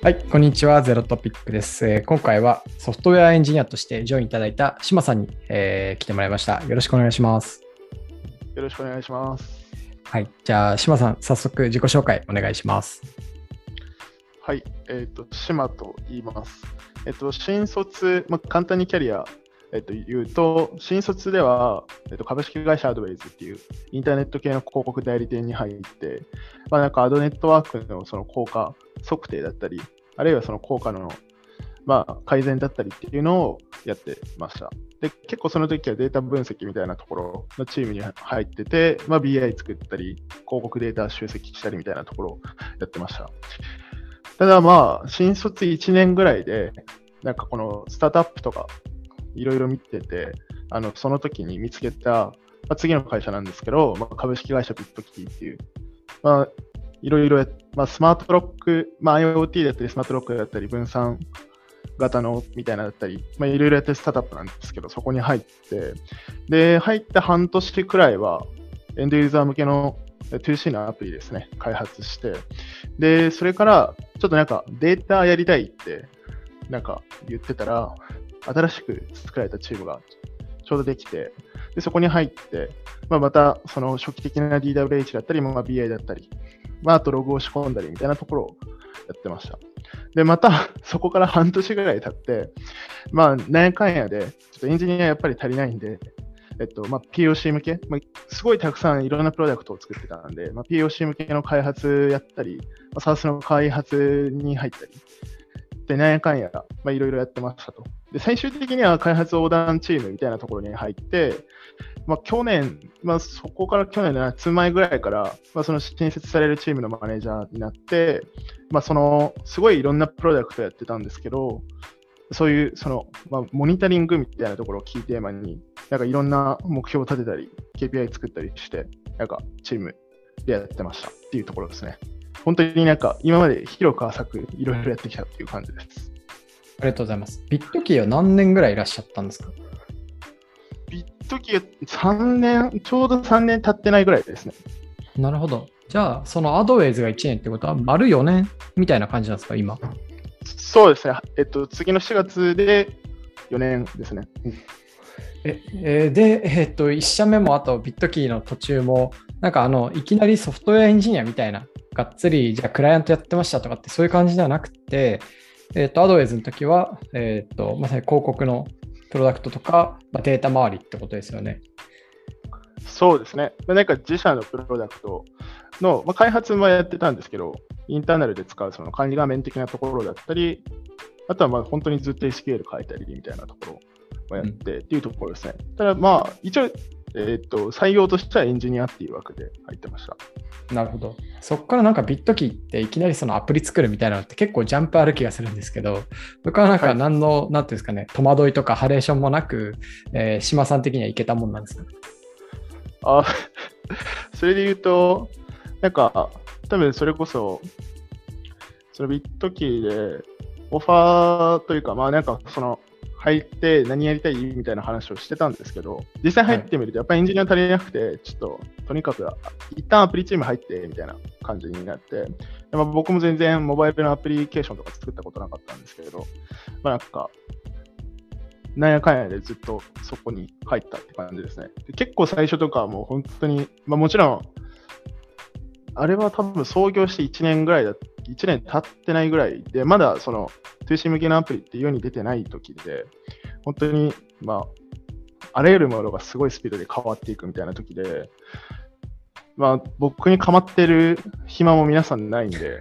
はい、こんにちは。ゼロトピックです。今回はソフトウェアエンジニアとしてジョインいただいた島さんに、来てもらいました。よろしくお願いします。 よろしくお願いします。 はい、じゃあ島さん、早速自己紹介お願いします。 はい、島と言います。新卒、簡単にキャリア、言うと、新卒では、株式会社アドウェイズっていうインターネット系の広告代理店に入って、なんかアドネットワークのその効果測定だったり、あるいはその効果の、改善だったりっていうのをやってました。で、結構その時はデータ分析みたいなところのチームに入ってて、BI 作ったり、広告データ集積したりみたいなところをやってました。ただ新卒1年ぐらいで、なんかこのスタートアップとかいろいろ見てて、その時に見つけた、次の会社なんですけど、株式会社ビットキーっていう、いろいろ、スマートロック、IoT だったり、スマートロックだったり、分散型のみたいなだったり、いろいろやってるスタートアップなんですけど、そこに入って、で、入って半年くらいは、エンドユーザー向けの 2C のアプリですね、開発して、で、それから、ちょっとなんかデータやりたいってなんか言ってたら、新しく作られたチームがちょうどできて、でそこに入って、またその初期的な DWH だったり、BI だったり、あとログを仕込んだりみたいなところをやってました。で、またそこから半年ぐらい経って、なんやかんやで、ちょっとエンジニアやっぱり足りないんで、POC 向け、すごいたくさんいろんなプロダクトを作ってたんで、POC 向けの開発やったり、SaaS の開発に入ったり、で、なんやかんや、いろいろやってましたと。で、最終的には開発横断チームみたいなところに入って、去年、そこから去年の夏前ぐらいから、その新設されるチームのマネージャーになって、すごいいろんなプロダクトやってたんですけど、そういう、モニタリングみたいなところをキーテーマに、なんかいろんな目標を立てたり、KPI 作ったりして、なんかチームでやってましたっていうところですね。本当になんか今まで広く浅くいろいろやってきたっていう感じです。 ありがとうございます。ビットキーは何年ぐらいいらっしゃったんですか？ ビットキーは3年、ちょうど3年経ってないぐらいですね。 なるほど。じゃあ、そのアドウェイズが1年ってことは、丸4年みたいな感じなんですか、今。 そうですね。次の4月で4年ですね。 で、1社目もあとビットキーの途中も、なんかいきなりソフトウェアエンジニアみたいな、がっつり、じゃあクライアントやってましたとかってそういう感じではなくて、アドウェイズの時は、まさに広告のプロダクトとか、データ周りってことですよね。 そうですね。なんか自社のプロダクトの、開発もやってたんですけど、インターナルで使うその管理画面的なところだったり、あとは本当にずっと SQL 書いたりみたいなところをやってっていうところですね。ただ一応、採用としてはエンジニアっていう枠で入ってました。 なるほど。そこからなんかビットキーっていきなりそのアプリ作るみたいなのって結構ジャンプある気がするんですけど、僕はなんか何の、なんていうんですかね、戸惑いとかハレーションもなく、島さん的にはいけたもんなんですか？ それで言うと、なんか、多分それこそ、そのビットキーで、オファーというか、なんか入って何やりたいみたいな話をしてたんですけど、実際入ってみると、やっぱりエンジニア足りなくて、ちょっと、とにかく、一旦アプリチーム入って、みたいな感じになって、僕も全然モバイルのアプリケーションとか作ったことなかったんですけれど、なんか、なんやかんやでずっとそこに入ったって感じですね。で結構最初とかはもう本当に、もちろん、あれは多分創業して1年ぐらい1年経ってないぐらいで、まだその 2C 向けのアプリって世に出てない時で、本当に、あらゆるものがすごいスピードで変わっていくみたいな時で、僕に構ってる暇も皆さんないんで、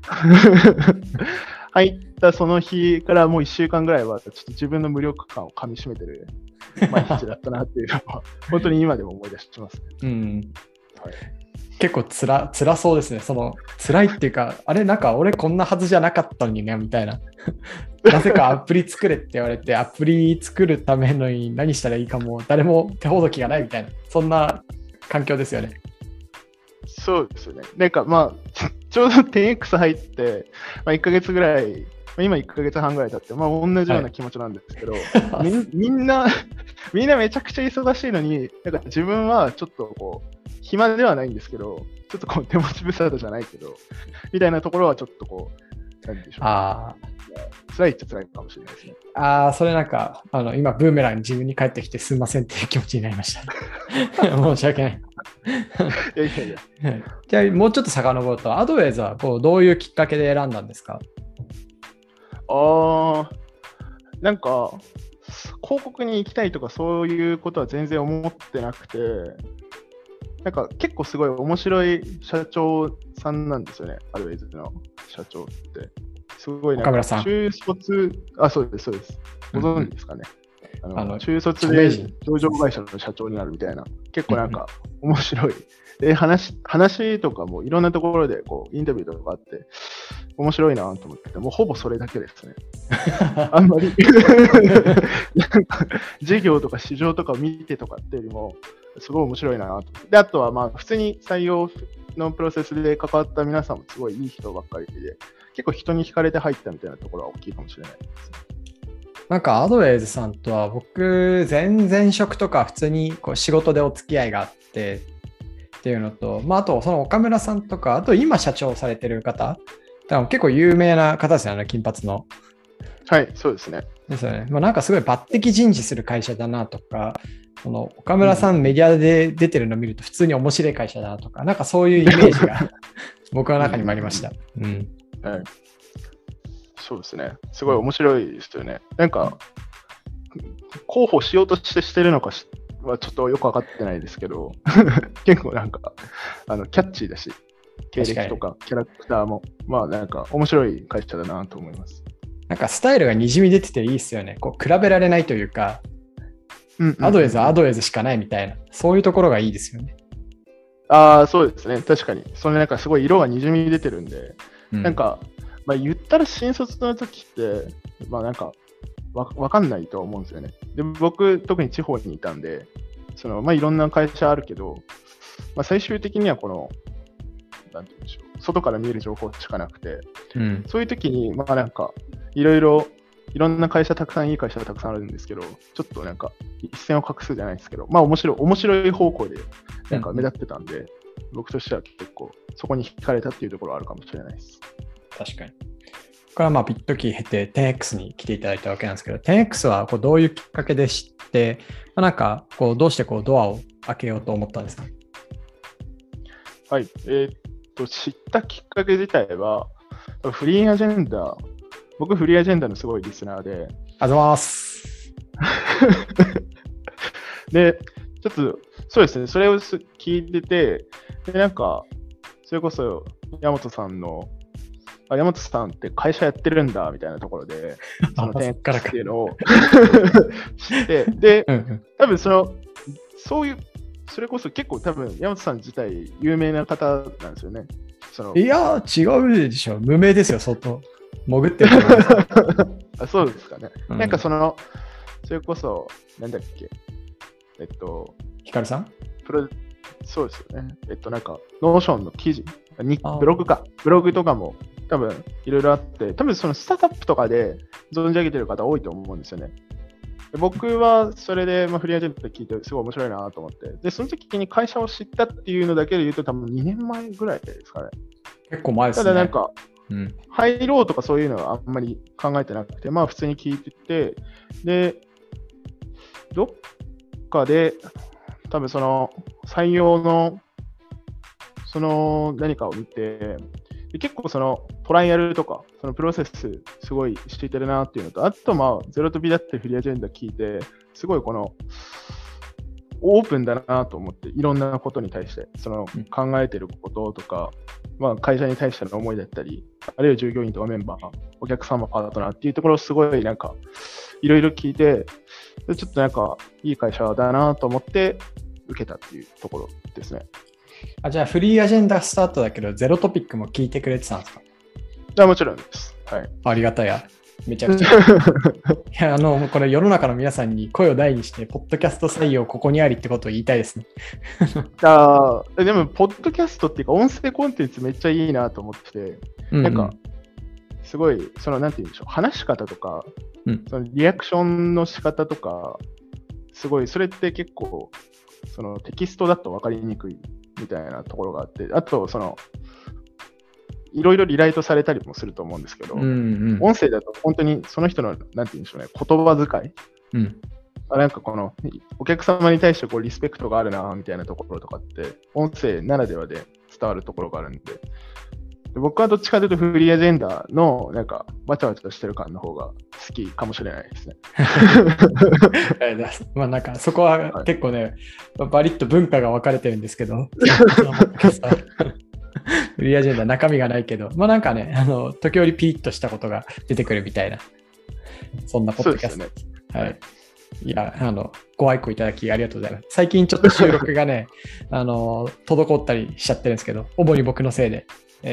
入ったその日からもう1週間ぐらいはちょっと自分の無力感をかみしめてる毎日だったなっていうのは本当に今でも思い出しますね。 はい、結構辛そうですね。辛いっていうか、あれなんか俺こんなはずじゃなかったのにねみたいな。なぜかアプリ作れって言われて、アプリ作るためのに何したらいいかも誰も手ほどきがないみたいな、そんな環境ですよね。 そうですよね。なんかちょうど 10X 入って、1ヶ月ぐらい、今1ヶ月半ぐらい経って、同じような気持ちなんですけど、はい、みんなめちゃくちゃ忙しいのに、なんか自分はちょっと暇ではないんですけど、ちょっと手持ち無沙汰じゃないけど、みたいなところはちょっとなんでしょう。 あ辛いっちゃ辛いかもしれないですね。 あ、それなんか、今、ブーメラン自分に返ってきてすいませんっていう気持ちになりました。申し訳ない。 いやいやいや。 はいじゃあ、もうちょっと遡ると、アドウェイズはどういうきっかけで選んだんですか？ なんか、広告に行きたいとかそういうことは全然思ってなくて、なんか結構すごい面白い社長さんなんですよね、アルウェイズの社長って。すごいなんか岡村さん。 中卒、そうです、そうです。ご存知ですかね。中卒著名で人上場会社の社長になるみたいな、結構なんか面白い。で、話とかもいろんなところでこうインタビューとかあって、面白いなと思ってて、もうほぼそれだけですね。あんまりなんか事業とか市場とかを見てとかっていうよりも、すごい面白いなと。で、あとはまあ普通に採用のプロセスで関わった皆さんもすごいいい人ばっかりで、結構人に惹かれて入ったみたいなところは大きいかもしれないですね。 なんかアドウェイズさんとは僕、前職とか普通に仕事でお付き合いがあってっていうのと、あとその岡村さんとか、あと今社長されてる方、多分結構有名な方ですよね、金髪の。 はい、そうですね。 ですよね。なんかすごい抜擢人事する会社だなとか、この岡村さんメディアで出てるのを見ると普通に面白い会社だなとか、なんかそういうイメージが僕の中にもありました。 はい。そうですね。すごい面白いですよね。なんか、候補しようとしてるのかはちょっとよく分かってないですけど、結構なんか、キャッチーだし、経歴とかキャラクターも、なんか面白い会社だなと思います。 なんかスタイルがにじみ出てていいですよね。比べられないというか、アドウェイズはアドウェイズしかないみたいな、そういうところがいいですよね。 そうですね。確かに。それなんかすごい色がにじみ出てるんで、なんか、言ったら新卒の時って、なんか、わかんないと思うんですよね。で、僕、特に地方にいたんで、いろんな会社あるけど、最終的にはなんて言うんでしょう、外から見える情報しかなくて、そういう時に、なんか、いろんな会社たくさん、いい会社たくさんあるんですけど、ちょっとなんか、一線を画すじゃないですけど、面白い方向で、なんか目立ってたんで、僕としては結構、そこに惹かれたっていうところはあるかもしれないです。 確かに。ここからビットキー経て 10X に来ていただいたわけなんですけど、10X はどういうきっかけで知って、なんかどうしてドアを開けようと思ったんですか？ はい。知ったきっかけ自体は、フリーアジェンダ、僕フリーアジェンダのすごいリスナーで。 ありがとうございます。 で、ちょっと、そうですね、それを聞いてて、で、なんか、それこそ、山本さんって会社やってるんだ、みたいなところで、その10Xっていうのを知って、で、多分そういう、それこそ結構多分、山本さん自体有名な方なんですよね。 いや、違うでしょ。無名ですよ、相当。潜ってるそうですかね。なんかそれこそ、なんだっけ、 ヒカルさん？ そうですよね。なんか、ノーションの記事、ブログとかも多分いろいろあって、多分そのスタートアップとかで存じ上げてる方多いと思うんですよね。で僕はそれで、フリーアジェント聞いてすごい面白いなと思って、で、その時に会社を知ったっていうのだけで言うと多分2年前ぐらいですかね。 結構前ですね。 ただなんか、入ろうとかそういうのはあんまり考えてなくて、普通に聞いてて、で、どっかで、多分採用の何かを見て、で結構トライアルとか、プロセスすごいしていてるなっていうのと、あとゼロ飛びだってフリーアジェンダ聞いて、すごいオープンだなと思って、いろんなことに対して、考えてることとか、会社に対しての思いだったり、あるいは従業員とかメンバー、お客様、パートナーっていうところをすごいなんか、いろいろ聞いて、ちょっとなんか、いい会社だなと思って受けたっていうところですね。 じゃあ、フリーアジェンダスタートだけど、ゼロトピックも聞いてくれてたんですか？ もちろんです。はい。 ありがたや。めちゃくちゃ。いや、これ世の中の皆さんに声を大にして、ポッドキャスト採用ここにありってことを言いたいですね。 でも、ポッドキャストっていうか、音声コンテンツめっちゃいいなと思ってて、なんか、すごい、なんて言うんでしょう、話し方とか、リアクションの仕方とか、すごい、それって結構、テキストだと分かりにくいみたいなところがあって、あと、 いろいろリライトされたりもすると思うんですけど、 うんうん音声だと本当にその人の、なんて言うんでしょうね、言葉遣い。 うんなんかこの、お客様に対してこうリスペクトがあるな、みたいなところとかって、音声ならではで伝わるところがあるんで、僕はどっちかというとフリーアジェンダのなんかわちゃわちゃしてる感の方が好きかもしれないですね。 まあなんかそこは結構ね、バリッと文化が分かれてるんですけど、フリーアジェンダ中身がないけど、まあなんかね、時折ピーッとしたことが出てくるみたいな、そんなポッドキャストです。はい。いや、ご愛顧いただきありがとうございます。最近ちょっと収録がね、滞ったりしちゃってるんですけど、主に僕のせいで。はい、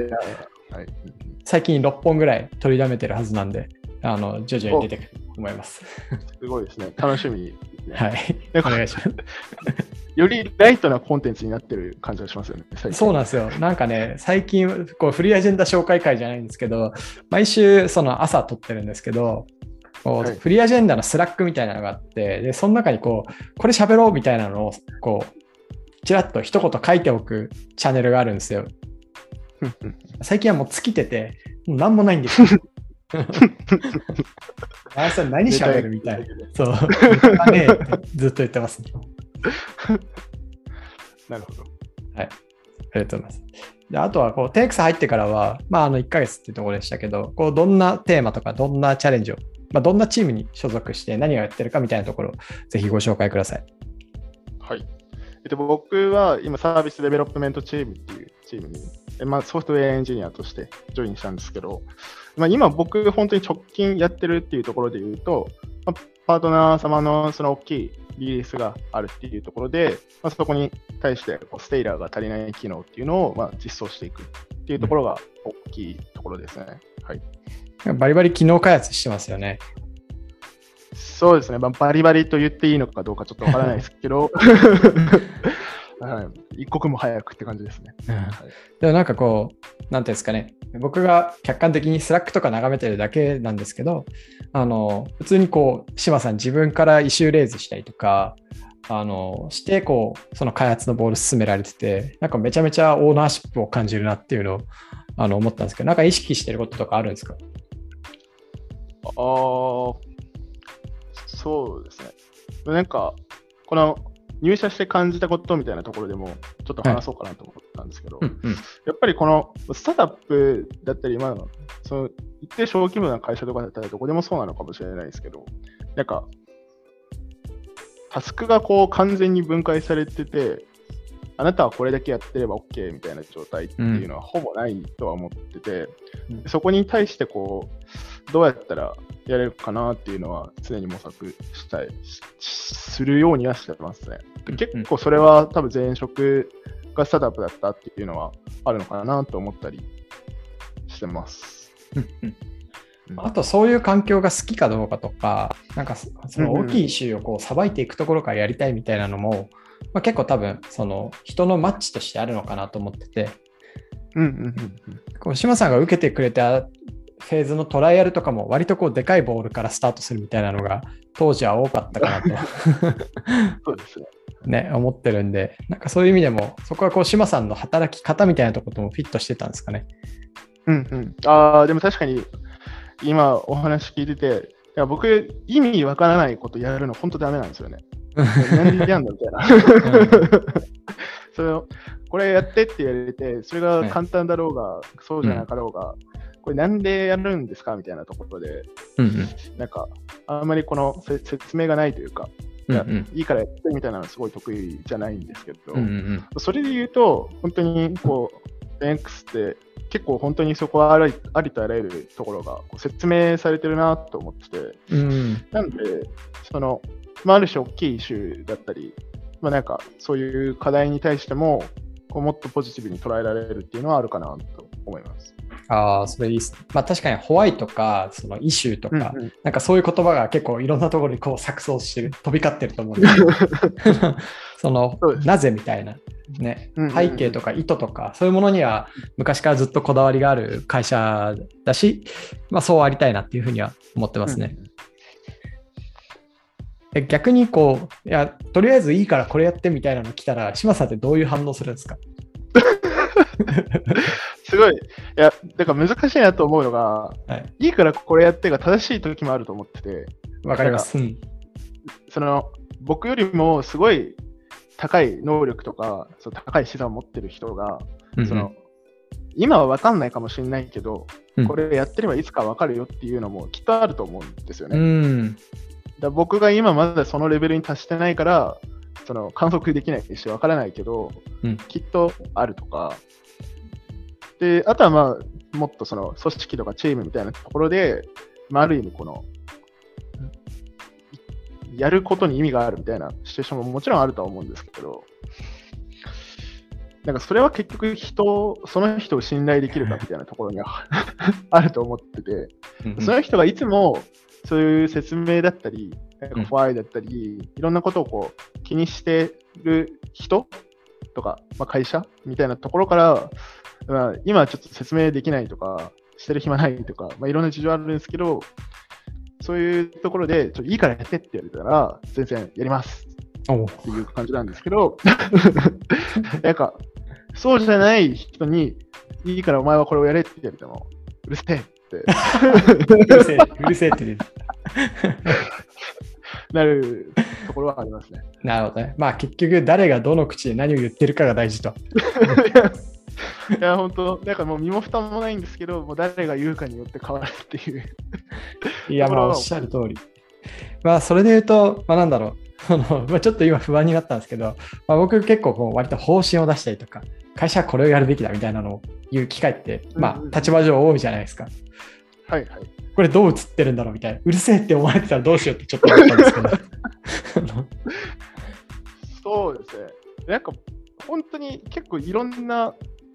最近6本ぐらい取りだめてるはずなんで、徐々に出てくると思います。 すごいですね。楽しみですね。 はい。お願いします。 よりライトなコンテンツになってる感じがしますよね。 そうなんですよ。なんかね、最近こうフリーアジェンダ紹介会じゃないんですけど、毎週その朝撮ってるんですけど、フリーアジェンダのスラックみたいなのがあって、でその中にこれ喋ろうみたいなのをちらっと一言書いておくチャンネルがあるんですよ。最近はもう尽きてて、もう何もないんですよ。あ、それ何喋るみたいな。そう。ねってずっと言ってます、ね。 なるほど。 はい。ありがとうございます。であとは、10X 入ってからは、1ヶ月っていうところでしたけど、どんなテーマとか、どんなチャレンジを、どんなチームに所属して何をやってるかみたいなところを、ぜひご紹介ください。 はい。僕は今、サービスデベロップメントチームっていうチームに、ソフトウェアエンジニアとしてジョインしたんですけど、今僕本当に直近やってるっていうところで言うと、パートナー様のその大きいリリースがあるっていうところで、そこに対してステイラーが足りない機能っていうのを実装していくっていうところが大きいところですね。はい。 バリバリ機能開発してますよね。 そうですね。バリバリと言っていいのかどうかちょっとわからないですけど、一刻も早くって感じですね。 でもなんかなんていうんですかね、僕が客観的にスラックとか眺めてるだけなんですけど、普通に島さん自分からイシューレイズしたりとか、してその開発のボール進められてて、なんかめちゃめちゃオーナーシップを感じるなっていうのを思ったんですけど、なんか意識してることとかあるんですか？ そうですね。なんか、この入社して感じたことみたいなところでもちょっと話そうかなと思ったんですけど、やっぱりこのスタートアップだったり、その一定小規模な会社とかだったらどこでもそうなのかもしれないですけど、なんか、タスクが完全に分解されてて、あなたはこれだけやってれば OK みたいな状態っていうのはほぼないとは思ってて、そこに対してどうやったらやれるかなっていうのは常に模索するようにはしてますね。結構それは多分前職がスタートアップだったっていうのはあるのかなと思ったりしてます。 あとそういう環境が好きかどうかとか、なんかその大きいイシューをさばいていくところからやりたいみたいなのも、結構多分その人のマッチとしてあるのかなと思ってて、島さんが受けてくれたフェーズのトライアルとかも割とでかいボールからスタートするみたいなのが当時は多かったかなとそうですね、思ってるんで、なんかそういう意味でもそこは島さんの働き方みたいなところともフィットしてたんですかね。 でも確かに今お話聞いてて、僕意味わからないことやるの本当ダメなんですよね。何でやんだみたいな。これやってって言われて、それが簡単だろうが、そうじゃなかろうが、これなんでやるんですかみたいなところで、なんか、あんまりこの説明がないというか、いいからやってみたいなのすごい得意じゃないんですけど、それで言うと、本当に10X って結構本当にそこはありとあらゆるところが説明されてるなと思ってて、なので、ある種大きいイシューだったり、なんかそういう課題に対してももっとポジティブに捉えられるっていうのはあるかなと思います。 それいいです。確かにホワイトかそのイシューとか、なんかそういう言葉が結構いろんなところに錯綜してる、飛び交ってると思うんですけどなぜみたいな、ね、背景とか意図とかそういうものには昔からずっとこだわりがある会社だし、そうありたいなっていうふうには思ってますね。逆にとりあえずいいからこれやってみたいなの来たら、島さんってどういう反応するんですか？ すごい、いや、だから難しいなと思うのが、いいからこれやってが正しい時もあると思ってて、 わかります。 僕よりもすごい高い能力とか、高い資産を持ってる人が、今は分かんないかもしれないけど、これやってればいつか分かるよっていうのもきっとあると思うんですよね。だ僕が今まだそのレベルに達してないから、観測できないし分からないけど、きっとあるとか。で、あとはもっと組織とかチームみたいなところで、ある意味やることに意味があるみたいなシチュエーションももちろんあるとは思うんですけど、なんかそれは結局その人を信頼できるかみたいなところにはあると思ってて、その人がいつもそういう説明だったり、why だったり、いろんなことを気にしてる人とか、会社みたいなところから、今はちょっと説明できないとか、してる暇ないとか、いろんな事情あるんですけど、そういうところで、いいからやってって言われたら、全然やりますっていう感じなんですけど、なんか、そうじゃない人に、いいからお前はこれをやれって言われても、うるせえって。 うるせえって出る。 なるところはありますね。 なるほどね。結局、誰がどの口で何を言ってるかが大事と。 いや、本当、なんかもう身も蓋もないんですけど、もう誰が言うかによって変わるっていう。 いや、おっしゃる通り。それで言うと、なんだろう。ちょっと今不安になったんですけど、僕結構割と方針を出したりとか、会社はこれをやるべきだみたいなのを言う機会って、立場上多いじゃないですか。 はいはい。 これどう映ってるんだろうみたいな。うるせえって思われてたらどうしようってちょっと思ったんですけど。 そうですね。なんか本当に結構いろんな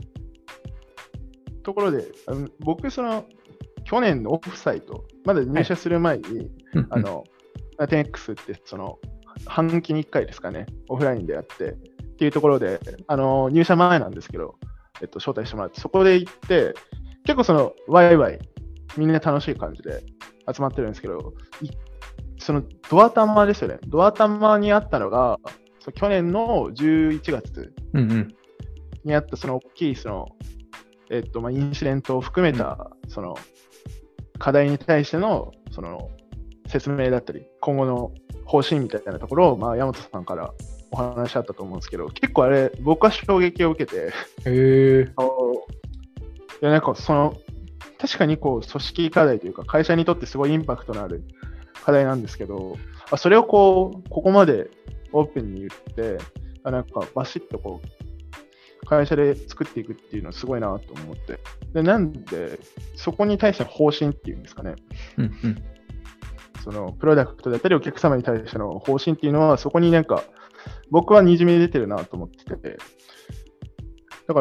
ところで、僕去年のオフサイト、まだ入社する前に、10X って半期に1回ですかね、オフラインでやってっていうところで、入社前なんですけど、招待してもらって、そこで行って、結構ワイワイ、みんな楽しい感じで集まってるんですけど、ドア玉ですよね。ドア玉にあったのが、去年の11月にあった大きいインシデントを含めた課題に対しての説明だったり、今後の方針みたいなところを、山本さんからお話あったと思うんですけど、結構あれ、僕は衝撃を受けて、なんか確かに組織課題というか、会社にとってすごいインパクトのある課題なんですけど、それをここまでオープンに言って、なんかバシッと会社で作っていくっていうのはすごいなと思って。で、なんで、そこに対しての方針っていうんですかね。プロダクトだったりお客様に対しての方針っていうのは、そこになんか、僕はにじみ出てるなと思ってて。だから、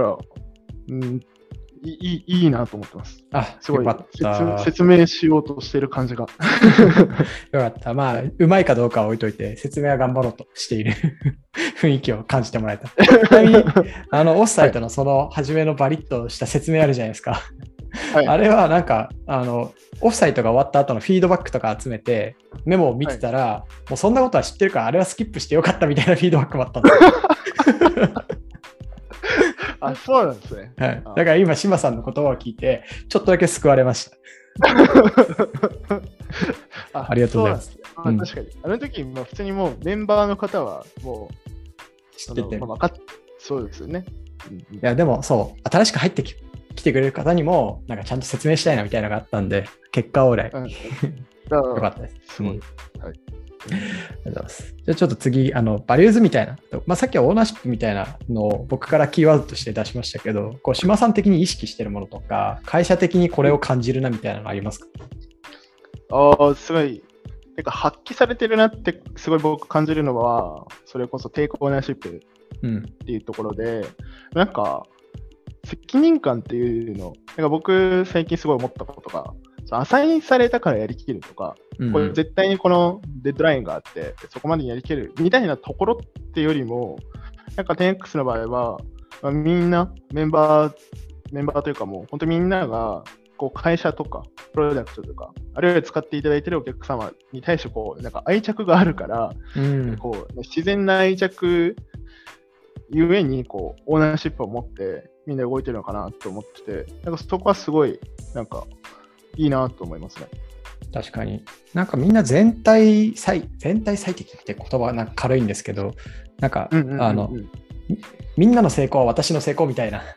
いいなと思ってます。すごい説明しようとしている感じが。 よかった。うまいかどうかは置いといて、説明は頑張ろうとしている雰囲気を感じてもらえた。ちなみに、オフサイトの初めのバリッとした説明あるじゃないですか。あれはなんか、オフサイトが終わった後のフィードバックとか集めて、メモを見てたら、もうそんなことは知ってるから、あれはスキップしてよかったみたいなフィードバックもあったんですよ。 そうなんですね。 だから今、島さんの言葉を聞いて、ちょっとだけ救われました。ありがとうございます。 確かに。あの時、普通にもうメンバーの方はもう知ってて。 そうですよね。 いや、でもそう、新しく入ってきてくれる方にも、なんかちゃんと説明したいなみたいなのがあったんで、結果オーライ。よかったです。 すごい。 ありがとうございます。じゃあちょっと次、バリューズみたいな、さっきはオーナーシップみたいなのを僕からキーワードとして出しましたけど、島さん的に意識してるものとか、会社的にこれを感じるなみたいなのありますか？ すごい、発揮されてるなってすごい僕感じるのは、それこそテイクオーナーシップっていうところで、なんか責任感っていうの、僕最近すごい思ったことが、アサインされたからやりきるとか、これ絶対にこのデッドラインがあって、そこまでやりきるみたいなところってよりも、なんか 10X の場合は、みんな、メンバーというかもう本当にみんなが、会社とか、プロダクトとか、あるいは使っていただいているお客様に対してなんか愛着があるから、自然な愛着ゆえにオーナーシップを持ってみんな動いてるのかなと思ってて、なんかそこはすごい、なんかいいなと思いますね。 確かに。なんかみんな全体最適って言葉はなんか軽いんですけど、なんか、みんなの成功は私の成功みたいな、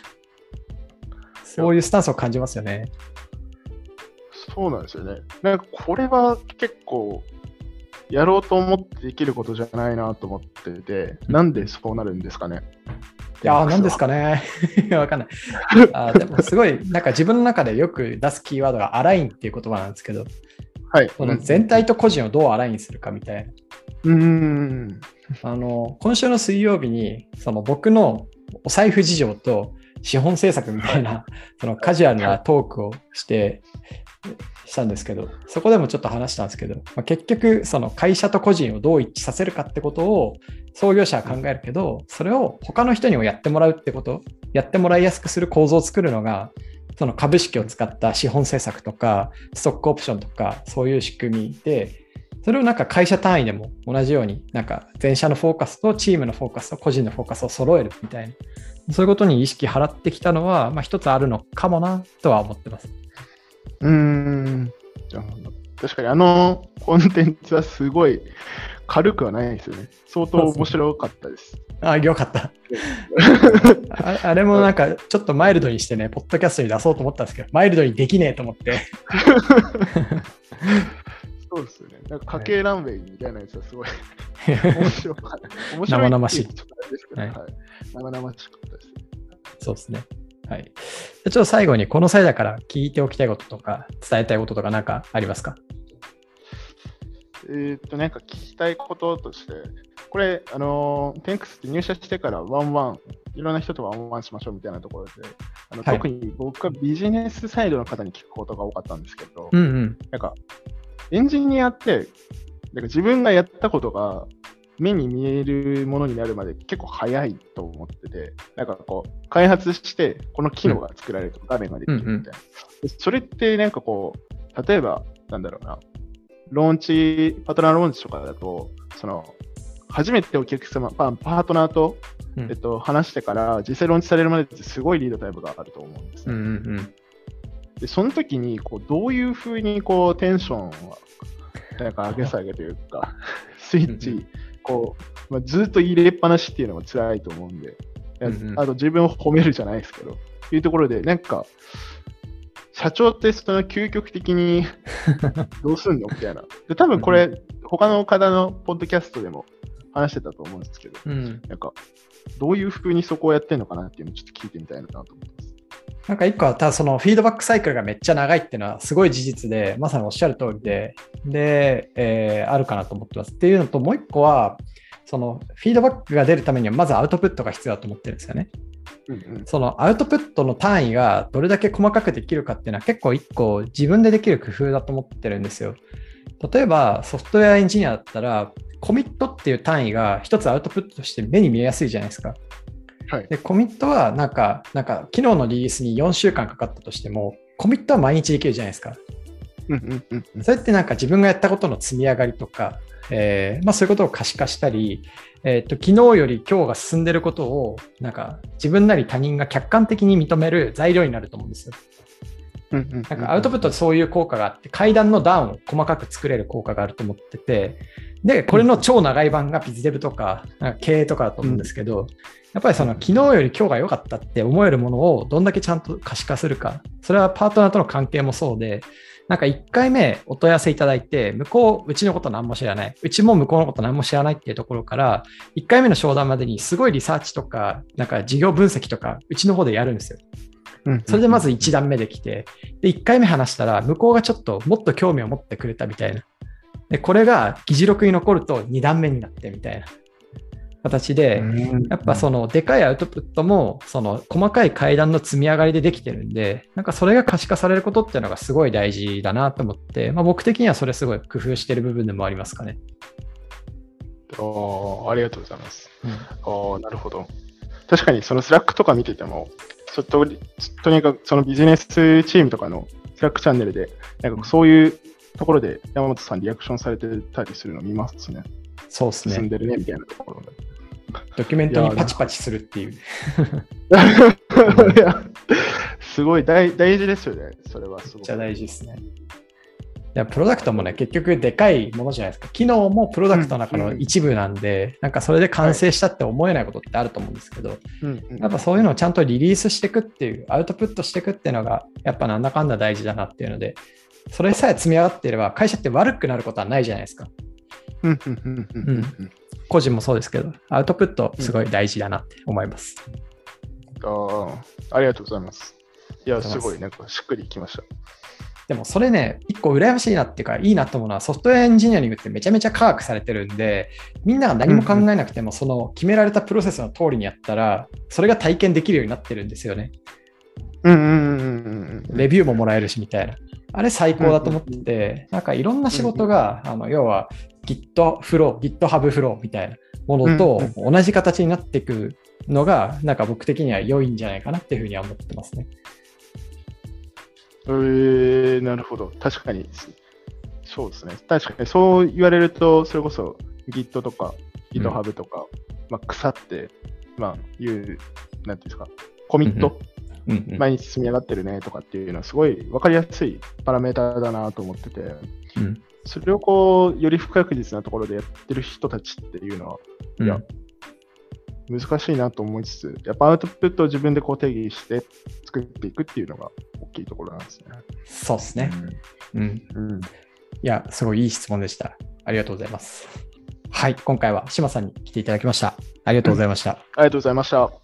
そういうスタンスを感じますよね。 そうなんですよね。なんかこれは結構、やろうと思ってできることじゃないなと思ってて、なんでそうなるんですかね。 いやー、なんですかね。わかんない。でもすごい、なんか自分の中でよく出すキーワードがアラインっていう言葉なんですけど、 はい。 この全体と個人をどうアラインするかみたいな。今週の水曜日に、その僕のお財布事情と資本政策みたいな、そのカジュアルなトークをしたんですけど、そこでもちょっと話したんですけど、結局、その会社と個人をどう一致させるかってことを創業者は考えるけど、それを他の人にもやってもらうってこと、やってもらいやすくする構造を作るのが、その株式を使った資本政策とか、ストックオプションとか、そういう仕組みで、それをなんか会社単位でも同じように、なんか全社のフォーカスとチームのフォーカスと個人のフォーカスを揃えるみたいな、そういうことに意識払ってきたのは、一つあるのかもなとは思ってます。 確かにコンテンツはすごい軽くはないですよね。相当面白かったです。 よかった。あれもなんかちょっとマイルドにしてね、ポッドキャストに出そうと思ったんですけど、マイルドにできねえと思って。 そうですよね。なんか家計ランウェイみたいなやつはすごい面白かった。面白い。 生々しい。 生々しかったです。 そうですね。はい。ちょっと最後にこの際だから聞いておきたいこととか伝えたいこととか何かありますか？ なんか聞きたいこととして、これ、テンクスって入社してからワンワン、いろんな人とワンワンしましょうみたいなところで、特に僕はビジネスサイドの方に聞くことが多かったんですけど、なんかエンジニアって、なんか自分がやったことが目に見えるものになるまで結構早いと思ってて、なんかこう、開発して、この機能が作られるとか、画面ができるみたいな。それってなんかこう、例えば、なんだろうな、パートナーローンチとかだと、初めてお客様、パートナーと、話してから実際ローンチされるまでってすごいリードタイムがあると思うんですね。で、その時にこうどういうふうにこうテンションをなんか上げ下げというか、スイッチ、ずっと入れっぱなしっていうのも辛いと思うんで、あと自分を褒めるじゃないですけど、いうところで、なんか、社長ってその究極的にどうすんのみたいな。で、多分これ、他の方のポッドキャストでも話してたと思うんですけど、なんか、どういうふうにそこをやってるのかなっていうのをちょっと聞いてみたいなと思ってます。 なんか一個は、ただそのフィードバックサイクルがめっちゃ長いっていうのはすごい事実で、まさにおっしゃる通りで、あるかなと思ってます。っていうのと、もう一個は、そのフィードバックが出るためにはまずアウトプットが必要だと思ってるんですよね。そのアウトプットの単位がどれだけ細かくできるかっていうのは結構一個自分でできる工夫だと思ってるんですよ。例えばソフトウェアエンジニアだったらコミットっていう単位が一つアウトプットとして目に見えやすいじゃないですか。でコミットはなんか昨日のリリースに4週間かかったとしてもコミットは毎日できるじゃないですか。それってなんか自分がやったことの積み上がりとか、そういうことを可視化したり、昨日より今日が進んでることをなんか自分なり他人が客観的に認める材料になると思うんですよ。なんかアウトプットってそういう効果があって階段の段を細かく作れる効果があると思ってて、でこれの超長い版がビズデブとか経営とかだと思うんですけど、やっぱりその昨日より今日が良かったって思えるものをどんだけちゃんと可視化するか、それはパートナーとの関係もそうで、なんか1回目お問い合わせいただいて、うちのこと何も知らない、うちも向こうのこと何も知らないっていうところから、1回目の商談までにすごいリサーチとか、なんか事業分析とか、うちの方でやるんですよ。それでまず1段目できて、で、1回目話したら、向こうがちょっともっと興味を持ってくれたみたいな。で、これが議事録に残ると2段目になってみたいな形で、やっぱそのでかいアウトプットもその細かい階段の積み上がりでできてるんで、なんかそれが可視化されることっていうのがすごい大事だなと思って、僕的にはそれすごい工夫してる部分でもありますかね。 ありがとうございます。なるほど。確かにそのスラックとか見てても、とにかくそのビジネスチームとかのスラックチャンネルで、なんかそういうところで山本さんリアクションされてたりするのを見ますね。 そうですね。 進んでるねみたいなところで。 ドキュメントにパチパチするっていう。 いやすごい大事ですよね。それはすごい。 めっちゃ大事ですね。いやプロダクトもね、結局でかいものじゃないですか。機能もプロダクトの中の一部なんで、なんかそれで完成したって思えないことってあると思うんですけど、やっぱそういうのをちゃんとリリースしていくっていう、アウトプットしていくっていうのが、やっぱなんだかんだ大事だなっていうので、それさえ積み上がっていれば、会社って悪くなることはないじゃないですか。個人もそうですけど、アウトプットすごい大事だなって思います。 ありがとうございます。いや、すごいなんかしっくりきました。 でもそれね、一個羨ましいなっていうか、いいなと思うのは、ソフトウェアエンジニアリングってめちゃめちゃ科学されてるんで、みんなが何も考えなくても、その決められたプロセスの通りにやったら、それが体験できるようになってるんですよね。レビューももらえるしみたいな。あれ最高だと思ってて、なんかいろんな仕事が、要は Git フロー、GitHub フローみたいなものと同じ形になっていくのが、なんか僕的には良いんじゃないかなっていうふうには思ってますね。 なるほど。確かに。そうですね。確かにそう言われると、それこそ Git とか GitHub とか、腐って、なんていうんですか、コミット、毎日積み上がってるねとかっていうのはすごい分かりやすいパラメータだなと思ってて、それをこうより不確実なところでやってる人たちっていうのは、いや難しいなと思いつつ、やっぱアウトプットを自分でこう定義して作っていくっていうのが大きいところなんですね。 そうですね。いや、すごいいい質問でした。ありがとうございます。はい、今回は島さんに来ていただきました。ありがとうございました。 ありがとうございました。